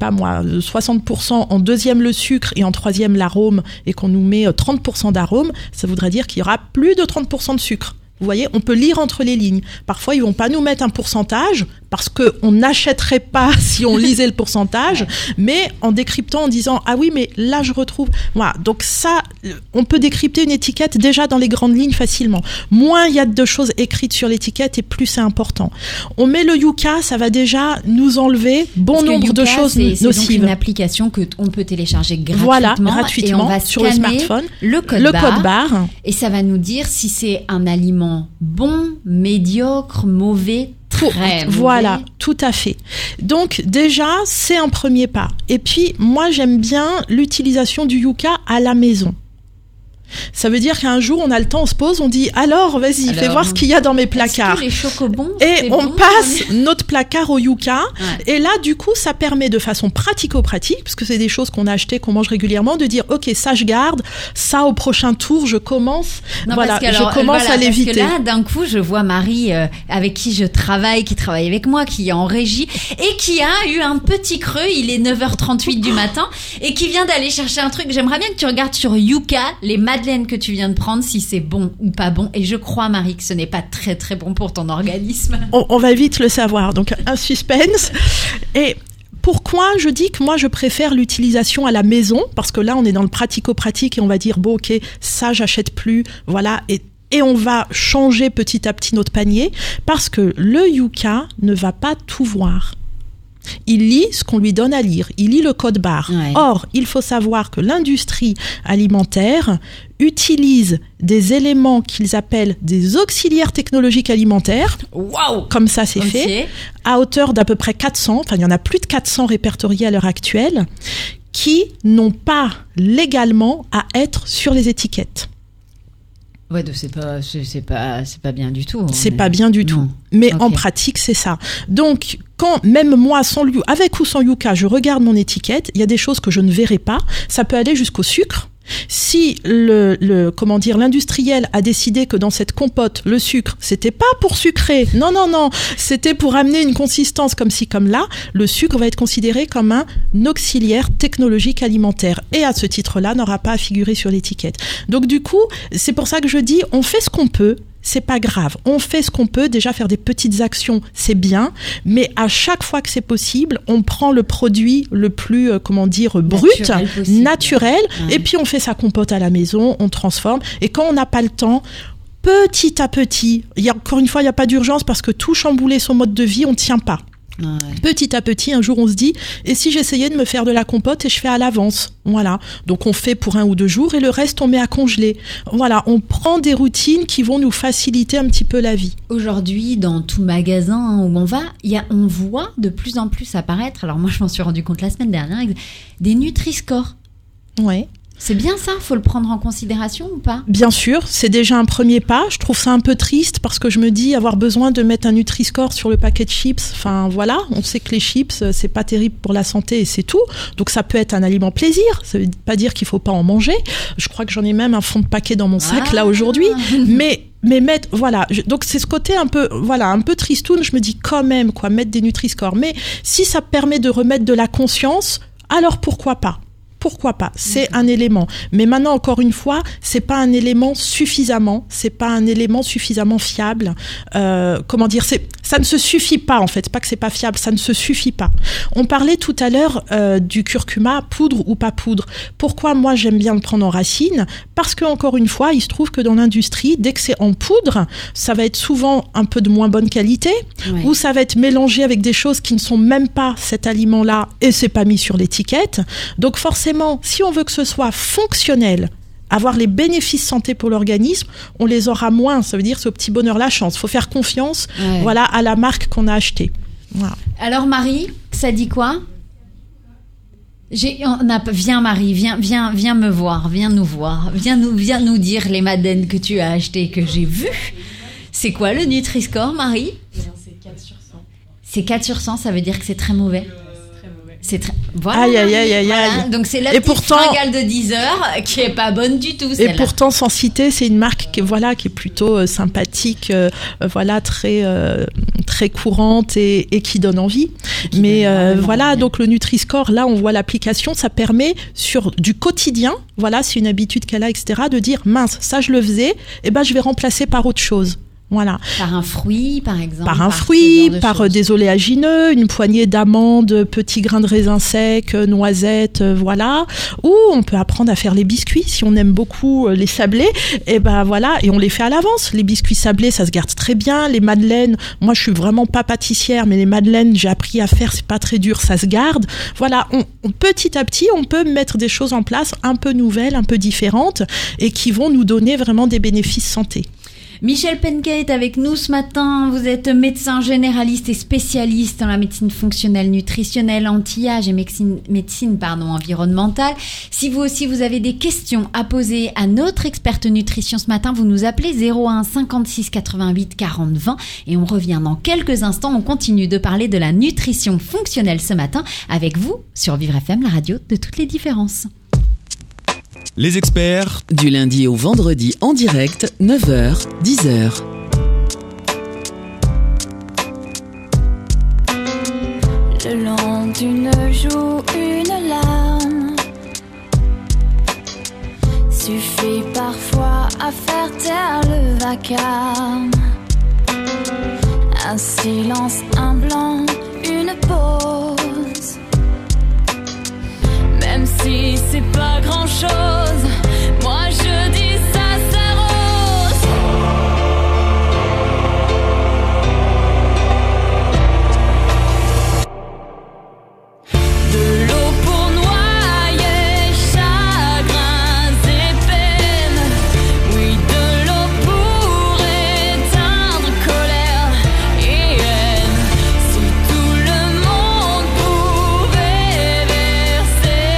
60%, en deuxième le sucre et en troisième l'arôme, et qu'on nous met 30% d'arôme, ça voudrait dire qu'il y aura plus de 30% de sucre. Vous voyez, on peut lire entre les lignes. Parfois, ils vont pas nous mettre un pourcentage parce que on n'achèterait pas si on lisait le pourcentage, mais en décryptant, en disant ah oui, mais là je retrouve. Voilà. Donc ça, on peut décrypter une étiquette déjà dans les grandes lignes facilement. Moins il y a de choses écrites sur l'étiquette et plus c'est important. On met le Yuka, ça va déjà nous enlever nombre de choses nocives. C'est donc une application que on peut télécharger gratuitement. Voilà, gratuitement et on va sur le smartphone. Le code barre. Et ça va nous dire si c'est un aliment bon, médiocre, mauvais, très voilà, mauvais. tout à fait. Donc déjà, c'est un premier pas. Et puis, moi, j'aime bien l'utilisation du yucca à la maison. Ça veut dire qu'un jour, on a le temps, on se pose, on dit alors, vas-y, fais voir ce qu'il y a dans mes placards. Est-ce que les chocobons, Et c'est on bon, passe notre placard au yucca. Ouais. Et là, du coup, ça permet de façon pratico-pratique, parce que c'est des choses qu'on a achetées, qu'on mange régulièrement, de dire, ok, ça je garde, ça au prochain tour, je commence, Non, voilà, parce que alors, je commence à l'éviter. Parce que là, d'un coup, je vois Marie avec qui je travaille, qui travaille avec moi, qui est en régie et qui a eu un petit creux. Il est 9h38 du matin et qui vient d'aller chercher un truc. J'aimerais bien que tu regardes sur Yuka les madeleines que tu viens de prendre, si c'est bon ou pas bon. Et je crois, Marie, que ce n'est pas très très bon pour ton organisme. On va vite le savoir. Donc, un suspense. Et pourquoi je dis que moi, je préfère l'utilisation à la maison? Parce que là, on est dans le pratico-pratique et on va dire, bon, ok, ça, j'achète plus. Voilà. Et on va changer petit à petit notre panier parce que le yucca ne va pas tout voir. Il lit ce qu'on lui donne à lire, il lit le code barre. Ouais. Or, il faut savoir que l'industrie alimentaire utilise des éléments qu'ils appellent des auxiliaires technologiques alimentaires. Waouh! Comme ça, c'est Ok. fait, à hauteur d'à peu près 400, enfin il y en a plus de 400 répertoriés à l'heure actuelle, qui n'ont pas légalement à être sur les étiquettes. Ouais, donc c'est pas bien du tout. C'est pas bien du tout. Non. Mais Ok. en pratique, c'est ça. Donc, quand même moi, avec ou sans yucca, je regarde mon étiquette, il y a des choses que je ne verrai pas. Ça peut aller jusqu'au sucre. Si l'industriel a décidé que dans cette compote, le sucre, c'était pas pour sucrer. Non, c'était pour amener une consistance comme ci, comme là. Le sucre va être considéré comme un auxiliaire technologique alimentaire. Et à ce titre-là, n'aura pas à figurer sur l'étiquette. Donc, du coup, c'est pour ça que je dis, on fait ce qu'on peut. C'est pas grave. On fait ce qu'on peut. Déjà, faire des petites actions, c'est bien. Mais à chaque fois que c'est possible, on prend le produit le plus, brut, naturel. Ouais. Et puis, on fait sa compote à la maison, on transforme. Et quand on n'a pas le temps, petit à petit, encore une fois, il n'y a pas d'urgence parce que tout chambouler son mode de vie, on ne tient pas. Ouais. Petit à petit, un jour, on se dit, et si j'essayais de me faire de la compote et je fais à l'avance? Voilà. Donc, on fait pour 1 ou 2 jours et le reste, on met à congeler. Voilà. On prend des routines qui vont nous faciliter un petit peu la vie. Aujourd'hui, dans tout magasin où on va, on voit de plus en plus apparaître, alors moi je m'en suis rendu compte la semaine dernière, des Nutri-Score. Ouais. C'est bien ça, faut le prendre en considération ou pas? Bien sûr, c'est déjà un premier pas. Je trouve ça un peu triste parce que je me dis avoir besoin de mettre un Nutri-Score sur le paquet de chips. Enfin voilà, on sait que les chips, c'est pas terrible pour la santé et c'est tout. Donc ça peut être un aliment plaisir. Ça veut pas dire qu'il faut pas en manger. Je crois que j'en ai même un fond de paquet dans mon sac là aujourd'hui. Mais mettre, voilà. Donc c'est ce côté un peu tristoun. Je me dis quand même mettre des Nutri-Score. Mais si ça permet de remettre de la conscience, alors pourquoi pas? Pourquoi pas? C'est un élément. Mais maintenant, encore une fois, c'est pas un élément suffisamment fiable. Ça ne se suffit pas, en fait. C'est pas que c'est pas fiable, ça ne se suffit pas. On parlait tout à l'heure du curcuma, poudre ou pas poudre. Pourquoi moi j'aime bien le prendre en racine? Parce que, encore une fois, il se trouve que dans l'industrie, dès que c'est en poudre, ça va être souvent un peu de moins bonne qualité, Ouais. ou ça va être mélangé avec des choses qui ne sont même pas cet aliment-là et c'est pas mis sur l'étiquette. Donc forcément, si on veut que ce soit fonctionnel, avoir les bénéfices santé pour l'organisme, on les aura moins. Ça veut dire, c'est au petit bonheur la chance. Il faut faire confiance, Ouais. à la marque qu'on a achetée. Voilà. Alors Marie, ça dit quoi? Viens Marie, viens me voir, viens nous voir, viens nous dire les madeleines que tu as achetées, que j'ai vues. C'est quoi le Nutri-Score, Marie? C'est 4 sur 100. C'est 4 sur 100, ça veut dire que c'est très mauvais. C'est très mauvais. C'est très... Voilà, Aïe, aïe, aïe, aïe, voilà. aïe. Donc c'est la Et petite pourtant- fringale de 10 heures qui est pas bonne du tout, Et celle-là. pourtant, sans citer, c'est une marque qui est plutôt sympathique, très courante et qui donne envie. Mais donc le Nutri-Score, là, on voit l'application, ça permet sur du quotidien, c'est une habitude qu'elle a, etc., de dire mince, ça je le faisais, je vais remplacer par autre chose. Voilà. Par un fruit, par exemple. Par un ce fruit, genre de par choses. des oléagineux, une poignée d'amandes, petits grains de raisin secs, noisettes, Ou on peut apprendre à faire les biscuits si on aime beaucoup les sablés. Et et on les fait à l'avance. Les biscuits sablés, ça se garde très bien. Les madeleines, moi je suis vraiment pas pâtissière, mais les madeleines, j'ai appris à faire, c'est pas très dur, ça se garde. Voilà, petit à petit, on peut mettre des choses en place un peu nouvelles, un peu différentes, et qui vont nous donner vraiment des bénéfices santé. Michel Penka est avec nous ce matin. Vous êtes médecin généraliste et spécialiste dans la médecine fonctionnelle, nutritionnelle, anti-âge et médecine environnementale. Si vous aussi vous avez des questions à poser à notre experte nutrition ce matin, vous nous appelez 01 56 88 40 20 et on revient dans quelques instants. On continue de parler de la nutrition fonctionnelle ce matin avec vous sur Vivre FM, la radio de toutes les différences. Les experts, Du lundi au vendredi en direct, 9h, 10h. Le long d'une joue, une larme suffit parfois à faire taire le vacarme. Un silence, un blanc, une pause. Même si c'est pas grand chose, moi je dis ça s'arrose. De l'eau pour noyer chagrins et peines. Oui, de l'eau pour éteindre colère et haine. Si tout le monde pouvait verser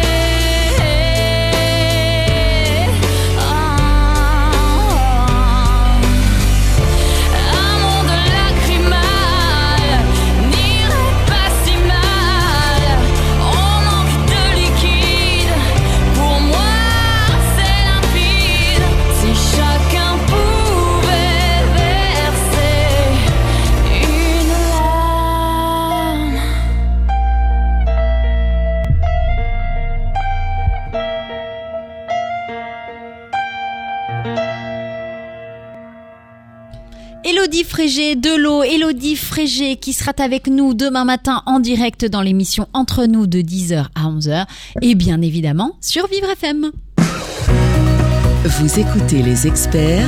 un monde lacrymal n'irait pas si mal. On manque de liquide, pour moi c'est limpide. Si chacun pouvait verser une larme. Élodie Frégé de l'eau, Élodie Frégé qui sera avec nous demain matin en direct dans l'émission Entre nous de 10h à 11h et bien évidemment sur Vivre FM. Vous écoutez les experts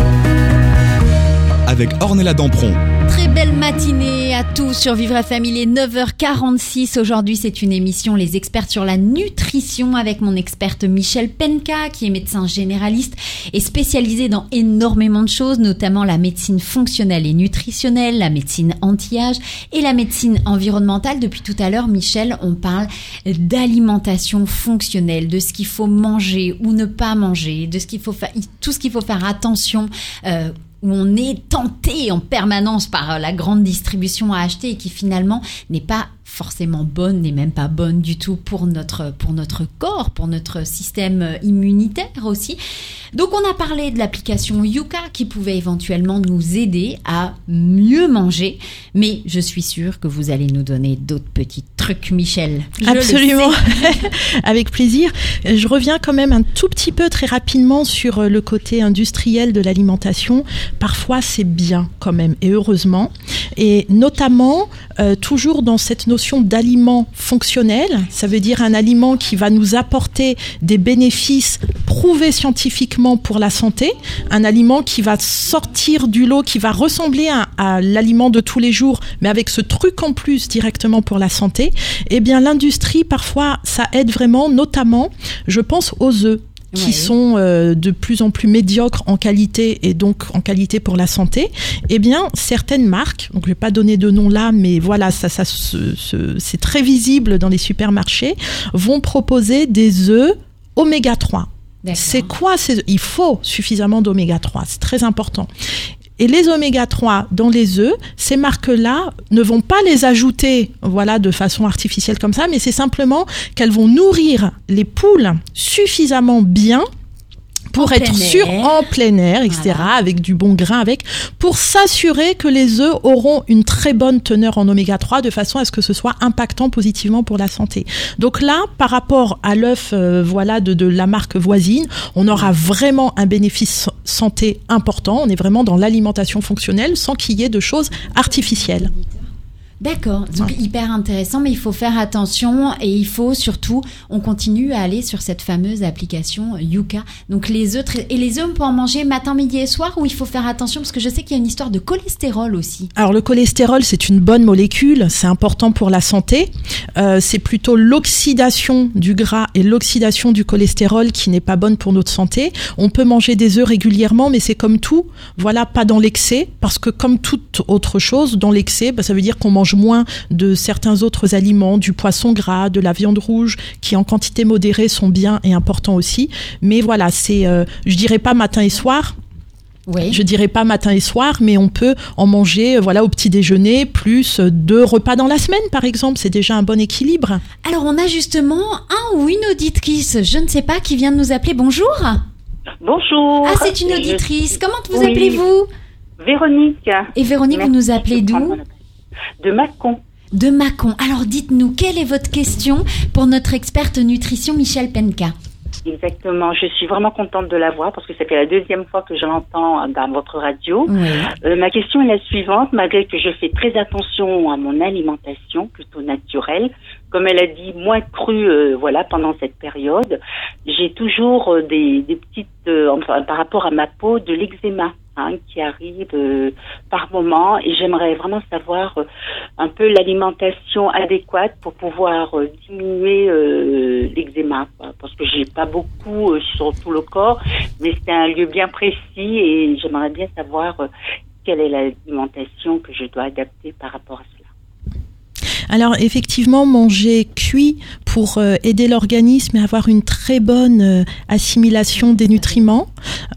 avec Ornella Dampron. Très belle matinée à tous sur Vivre FM, il est 9h46. Aujourd'hui, c'est une émission Les Experts sur la nutrition avec mon experte Michel Penka qui est médecin généraliste et spécialisé dans énormément de choses, notamment la médecine fonctionnelle et nutritionnelle, la médecine anti-âge et la médecine environnementale. Depuis tout à l'heure, Michel, on parle d'alimentation fonctionnelle, de ce qu'il faut manger ou ne pas manger, de ce qu'il faut faire, tout ce qu'il faut faire attention, où on est tenté en permanence par la grande distribution à acheter et qui finalement n'est pas forcément bonne, n'est même pas bonne du tout pour notre corps, pour notre système immunitaire aussi. Donc on a parlé de l'application Yuka qui pouvait éventuellement nous aider à mieux manger, mais je suis sûre que vous allez nous donner d'autres petits trucs, Michel. Absolument, avec plaisir. Je reviens quand même un tout petit peu très rapidement sur le côté industriel de l'alimentation. Parfois c'est bien quand même, et heureusement, et notamment toujours dans cette notion d'aliment fonctionnel, ça veut dire un aliment qui va nous apporter des bénéfices prouvés scientifiquement pour la santé, un aliment qui va sortir du lot, qui va ressembler à l'aliment de tous les jours, mais avec ce truc en plus directement pour la santé. Eh bien l'industrie parfois ça aide vraiment, notamment je pense aux œufs qui sont de plus en plus médiocres en qualité et donc en qualité pour la santé. Eh bien, certaines marques, donc je vais pas donner de nom là, mais voilà, c'est très visible dans les supermarchés, vont proposer des œufs oméga 3. D'accord. C'est quoi il faut suffisamment d'oméga 3, c'est très important. Et les oméga 3 dans les œufs, ces marques-là ne vont pas les ajouter, voilà, de façon artificielle comme ça, mais c'est simplement qu'elles vont nourrir les poules suffisamment bien pour être sûres en plein air, etc., voilà, avec du bon grain, pour s'assurer que les œufs auront une très bonne teneur en oméga 3 de façon à ce que ce soit impactant positivement pour la santé. Donc là, par rapport à l'œuf, voilà, de la marque voisine, on aura vraiment un bénéfice santé important. On est vraiment dans l'alimentation fonctionnelle sans qu'il y ait de choses artificielles. D'accord, donc hyper intéressant, mais il faut faire attention et il faut surtout, on continue à aller sur cette fameuse application Yuka. Donc les œufs, on peut en manger matin, midi et soir, ou il faut faire attention parce que je sais qu'il y a une histoire de cholestérol aussi. Alors le cholestérol, c'est une bonne molécule, c'est important pour la santé. C'est plutôt l'oxydation du gras et l'oxydation du cholestérol qui n'est pas bonne pour notre santé. On peut manger des œufs régulièrement, mais c'est comme tout, voilà, pas dans l'excès, parce que comme toute autre chose, dans l'excès, ça veut dire qu'on mange moins de certains autres aliments, du poisson gras, de la viande rouge, qui en quantité modérée sont bien et importants aussi. Mais voilà, c'est, je dirais pas matin et soir. Oui. Je dirais pas matin et soir, mais on peut en manger, voilà, au petit déjeuner, plus 2 repas dans la semaine, par exemple. C'est déjà un bon équilibre. Alors, on a justement un ou une auditrice, je ne sais pas, qui vient de nous appeler. Bonjour. Bonjour. Ah, c'est une auditrice. Comment vous appelez-vous? Véronique. Et Véronique, vous nous appelez d'où? De Mâcon. De Mâcon. Alors dites-nous, quelle est votre question pour notre experte nutrition Michel Penka? Exactement, je suis vraiment contente de la voir parce que ça fait la 2e fois que je l'entends dans votre radio. Oui. Ma question est la suivante, malgré que je fais très attention à mon alimentation, plutôt naturelle, comme elle a dit, moins crue, voilà, pendant cette période, j'ai toujours des petites, par rapport à ma peau, de l'eczéma. Qui arrive par moment, et j'aimerais vraiment savoir un peu l'alimentation adéquate pour pouvoir diminuer l'eczéma, parce que j'ai pas beaucoup sur tout le corps, mais c'est un lieu bien précis et j'aimerais bien savoir quelle est l'alimentation que je dois adapter par rapport à cela. Alors effectivement, manger cuit pour aider l'organisme et avoir une très bonne assimilation des nutriments.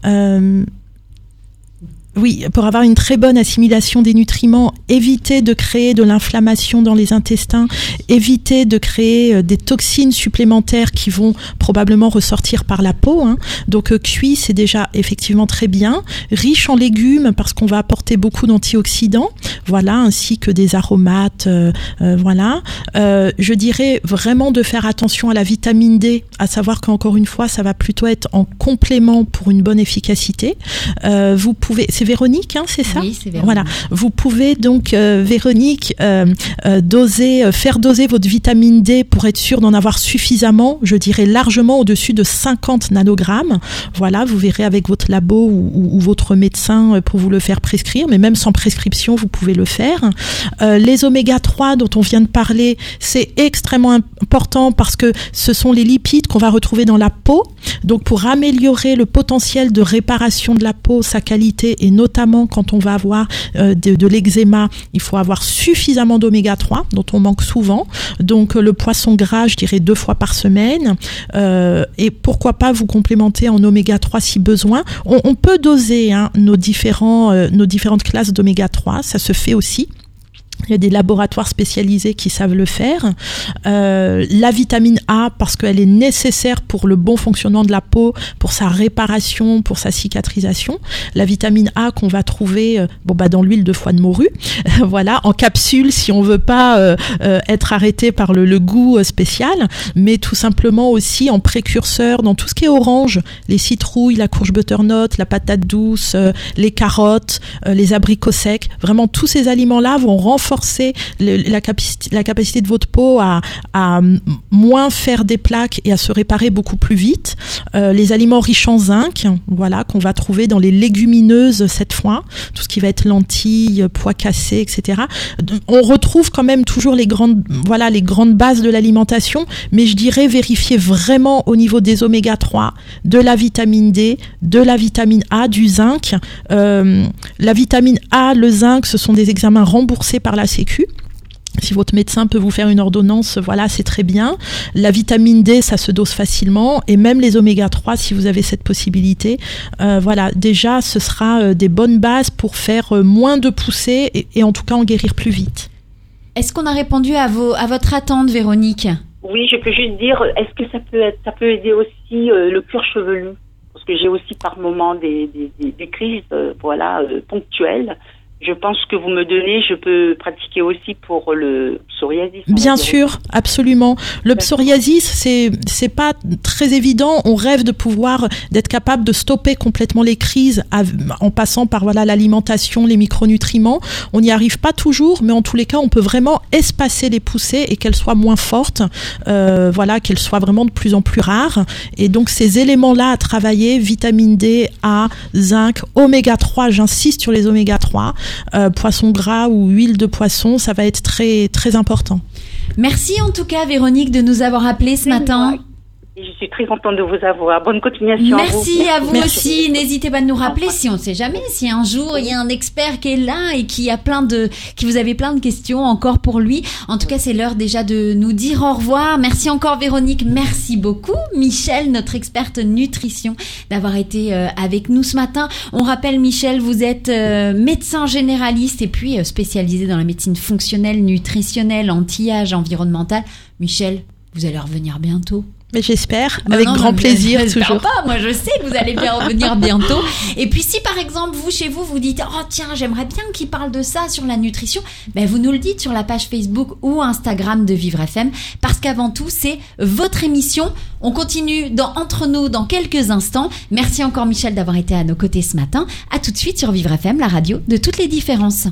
Oui, pour avoir une très bonne assimilation des nutriments, éviter de créer de l'inflammation dans les intestins, éviter de créer des toxines supplémentaires qui vont probablement ressortir par la peau. Donc cuit, c'est déjà effectivement très bien. Riche en légumes parce qu'on va apporter beaucoup d'antioxydants, voilà, ainsi que des aromates, voilà. Je dirais vraiment de faire attention à la vitamine D, à savoir qu'encore une fois, ça va plutôt être en complément pour une bonne efficacité. Vous pouvez, c'est Véronique, c'est ça? Oui, c'est Véronique. Voilà. Vous pouvez donc, Véronique, faire doser votre vitamine D pour être sûr d'en avoir suffisamment, je dirais largement au-dessus de 50 nanogrammes. Voilà, vous verrez avec votre labo ou votre médecin pour vous le faire prescrire, mais même sans prescription, vous pouvez le faire. Les oméga 3 dont on vient de parler, c'est extrêmement important parce que ce sont les lipides qu'on va retrouver dans la peau. Donc, pour améliorer le potentiel de réparation de la peau, sa qualité, et notamment quand on va avoir de l'eczéma, il faut avoir suffisamment d'oméga 3 dont on manque souvent. Donc le poisson gras, je dirais 2 fois par semaine, et pourquoi pas vous complémenter en oméga 3 si besoin. On peut doser nos différentes classes d'oméga 3, ça se fait aussi. Il y a des laboratoires spécialisés qui savent le faire. La vitamine A, parce qu'elle est nécessaire pour le bon fonctionnement de la peau, pour sa réparation, pour sa cicatrisation. La vitamine A qu'on va trouver dans l'huile de foie de morue, voilà, en capsule si on veut pas être arrêté par le goût spécial, mais tout simplement aussi en précurseur dans tout ce qui est orange, les citrouilles, la courge butternut, la patate douce, les carottes, les abricots secs. Vraiment, tous ces aliments-là vont renforcer la capacité de votre peau à moins faire des plaques et à se réparer beaucoup plus vite. Les aliments riches en zinc, voilà, qu'on va trouver dans les légumineuses cette fois, tout ce qui va être lentilles, pois cassés, etc. On retrouve quand même toujours les grandes bases de l'alimentation, mais je dirais vérifier vraiment au niveau des oméga 3, de la vitamine D, de la vitamine A, du zinc. La vitamine A, le zinc, ce sont des examens remboursés par la Sécu. Si votre médecin peut vous faire une ordonnance, voilà, c'est très bien. La vitamine D, ça se dose facilement, et même les oméga 3, si vous avez cette possibilité. Voilà, déjà, ce sera des bonnes bases pour faire moins de poussées et en tout cas en guérir plus vite. Est-ce qu'on a répondu à votre attente, Véronique? Oui, je peux juste dire, est-ce que ça peut aider aussi le cuir chevelu? Parce que j'ai aussi par moments des crises, ponctuelles. je pense que vous me donnez, je peux pratiquer aussi pour le psoriasis. Bien sûr, absolument. Le psoriasis, c'est pas très évident. On rêve d'être capable de stopper complètement les crises en passant par l'alimentation, les micronutriments. On n'y arrive pas toujours, mais en tous les cas, on peut vraiment espacer les poussées et qu'elles soient moins fortes. Qu'elles soient vraiment de plus en plus rares. Et donc ces éléments-là à travailler, vitamine D, A, zinc, oméga 3. J'insiste sur les oméga 3. Poisson gras ou huile de poisson, ça va être très très important. Merci en tout cas Véronique de nous avoir appelé ce matin. Et je suis très contente de vous avoir. Bonne continuation. Merci à vous Merci. aussi. N'hésitez pas à nous rappeler si on ne sait jamais, si un jour il y a un expert qui est là et qui vous avez plein de questions encore pour lui. En tout cas, c'est l'heure déjà de nous dire au revoir. Merci encore Véronique. Merci beaucoup Michel, notre experte nutrition, d'avoir été avec nous ce matin. On rappelle Michel, vous êtes médecin généraliste et puis spécialisé dans la médecine fonctionnelle, nutritionnelle, anti-âge, environnementale. Michel, vous allez revenir bientôt. Mais j'espère, avec grand plaisir toujours. Pas. Moi, je sais que vous allez bien revenir bientôt. Et puis, si par exemple, vous, chez vous, vous dites « Oh tiens, j'aimerais bien qu'il parle de ça sur la nutrition », vous nous le dites sur la page Facebook ou Instagram de Vivre FM, parce qu'avant tout, c'est votre émission. On continue Entre nous dans quelques instants. Merci encore Michel d'avoir été à nos côtés ce matin. À tout de suite sur Vivre FM, la radio de toutes les différences.